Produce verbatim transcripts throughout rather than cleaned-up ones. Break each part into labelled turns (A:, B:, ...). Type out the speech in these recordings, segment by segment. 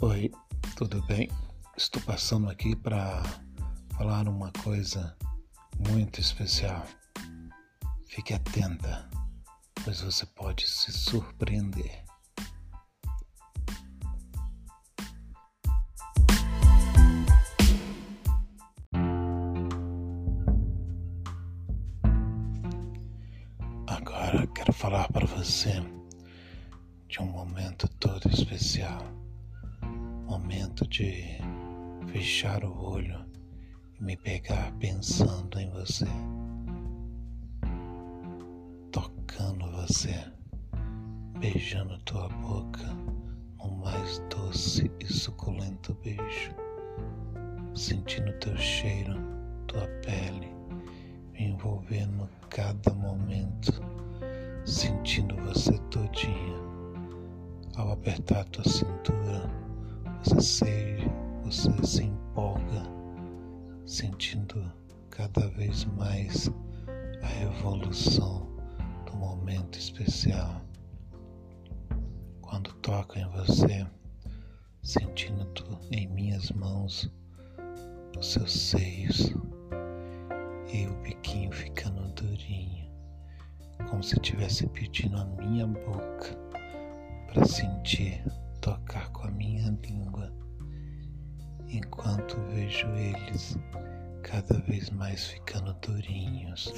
A: Oi, tudo bem? Estou passando aqui para falar uma coisa muito especial. Fique atenta, pois você pode se surpreender. Agora quero falar para você de um momento todo especial. Momento de fechar o olho e me pegar pensando em você, tocando você, beijando tua boca no mais doce e suculento beijo, sentindo teu cheiro, tua pele, me envolvendo cada momento, sentindo você todinha. Ao apertar tua cintura, Você se, você se empolga, sentindo cada vez mais a evolução do momento especial. Quando toco em você, sentindo em minhas mãos os seus seios e o biquinho ficando durinho, como se estivesse pedindo a minha boca para sentir, tocar com a minha língua, enquanto vejo eles cada vez mais ficando durinhos,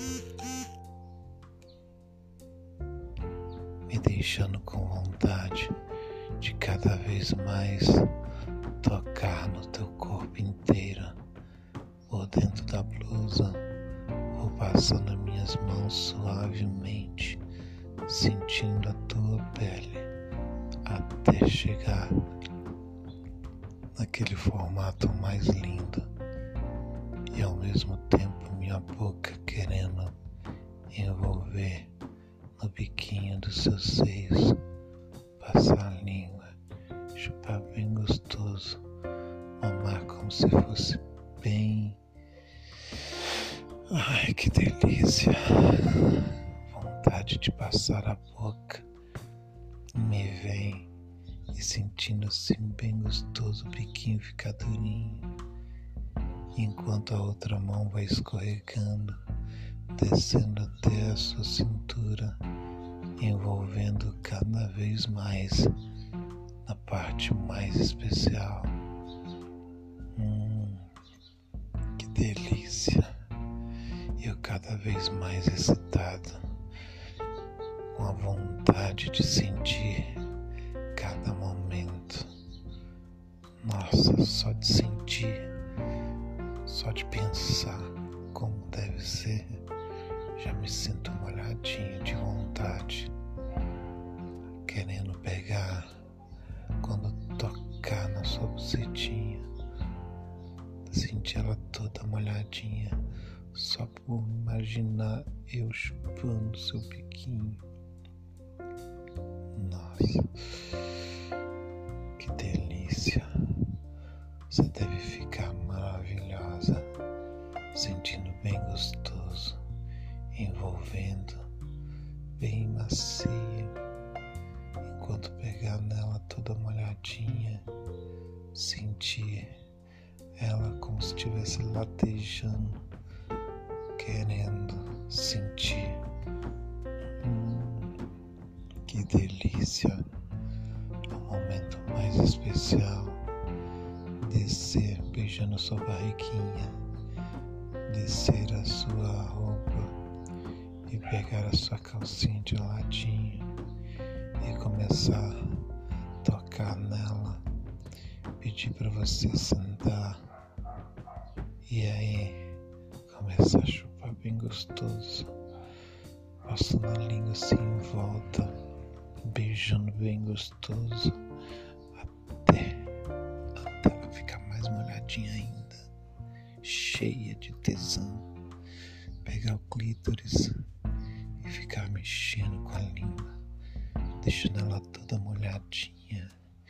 A: me deixando com vontade de cada vez mais tocar no teu corpo inteiro, por dentro da blusa, ou passando minhas mãos suavemente, sentindo a tua pele, até chegar naquele formato mais lindo e ao mesmo tempo minha boca querendo envolver no biquinho dos seus seios, passar a língua, chupar bem gostoso, mamar como se fosse bem... Ai, que delícia! Vontade de passar a boca me vem, e sentindo assim bem gostoso o biquinho ficar durinho, enquanto a outra mão vai escorregando, descendo até a sua cintura, envolvendo cada vez mais na parte mais especial. Hum, que delícia! Eu cada vez mais excitado, com a vontade de sentir cada momento. Nossa, só de sentir, só de pensar como deve ser, já me sinto molhadinho de vontade, querendo pegar quando tocar na sua bucetinha, sentir ela toda molhadinha, só por imaginar eu chupando seu biquinho. Nossa, que delícia! Você deve ficar maravilhosa, sentindo bem gostoso, envolvendo bem macio, enquanto pegar nela toda molhadinha, sentir ela como se estivesse latejando, querendo sentir. Hum, que delícia! É o momento mais especial. Descer beijando sua barriguinha, descer a sua roupa e pegar a sua calcinha de ladinho e começar a tocar nela, pedir para você sentar e aí começar a chupar bem gostoso, passando a língua assim em volta, beijando bem gostoso, até, até ela ficar mais molhadinha ainda, cheia de tesão, pegar o clítoris e ficar mexendo com a língua, deixando ela toda molhadinha.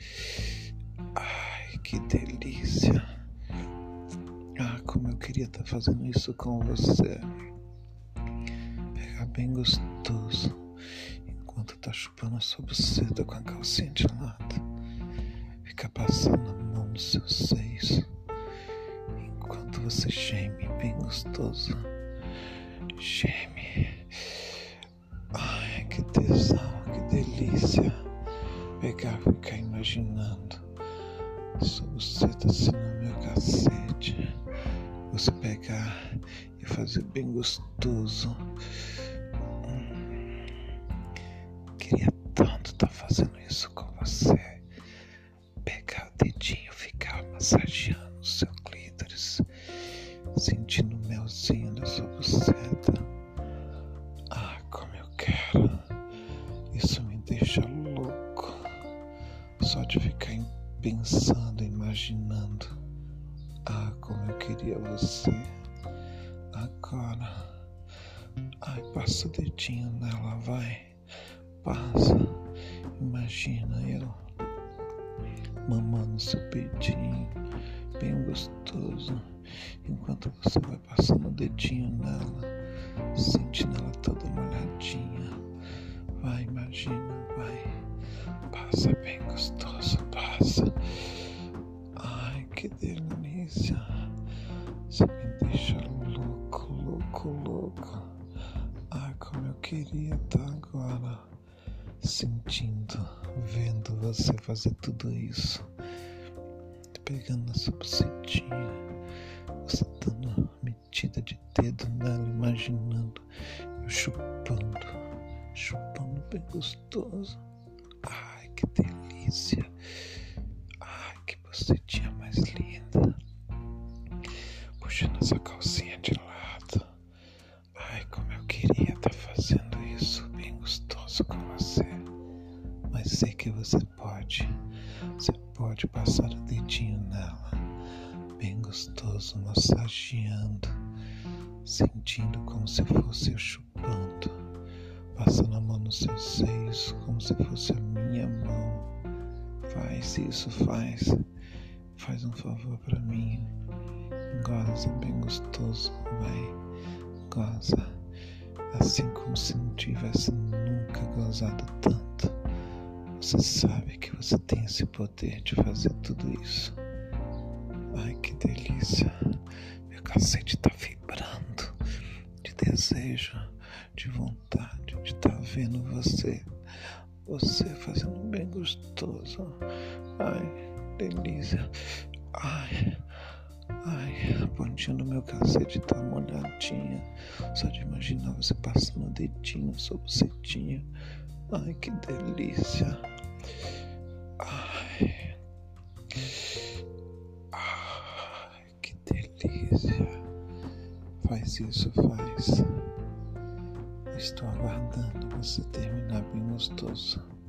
A: Ai, que delícia! Ah, como eu queria estar fazendo isso com você. Pegar bem gostoso, enquanto tá chupando a sua buceta com a calcinha de lado. ficar passando a mão nos seus seios enquanto você geme bem gostoso. Geme. Ai, que tesão, que delícia. Pegar, ficar imaginando sua buceta assim no meu cacete. Você pegar e fazer bem gostoso. Hum, queria tanto estar fazendo isso com você. Pegar o dedinho, ficar massageando o seu clítoris, sentindo o melzinho da sua buceta. Ah, como eu quero. Isso me deixa louco. Só de ficar pensando, imaginando. Ah, como eu queria você. Agora. Ai, passa o dedinho nela, vai. Passa. Imagina eu mamando seu peitinho, bem gostoso, enquanto você vai passando o dedinho nela, sentindo ela toda molhadinha. Vai, imagina, vai. Passa bem gostoso, passa. Ai, que delícia. Você me deixa louco, louco, louco. Ai, como eu queria estar agora sentindo, vendo você fazer tudo isso. Pegando a sua bucetinha, você dando metida de dedo nela, imaginando, eu chupando, chupando bem gostoso. Ai, que delícia. Ai, que bucetinha mais linda. Puxando essa calcinha de lado. Ai, como eu queria estar fazendo isso bem gostoso com você. Mas sei que você pode. Você pode passar o dedinho nela, bem gostoso, massageando, sentindo como se fosse eu chupando, passando a mão nos seus seios como se fosse a minha mão. Faz isso, faz. Faz um favor pra mim. Goza bem gostoso, vai. Goza. Assim como se não tivesse nunca gozado tanto. Você sabe que você tem esse poder de fazer tudo isso. Ai, que delícia. Meu cacete tá vibrando de desejo, de vontade de estar vendo você. Você fazendo bem gostoso. Ai, delícia. Ai, ai, a pontinha do meu cacete tá molhadinha. Só de imaginar você passando o dedinho na sua bucetinha. Ai, que delícia. Ai. Ai, que delícia. Faz isso, faz. Estou aguardando você terminar bem gostoso.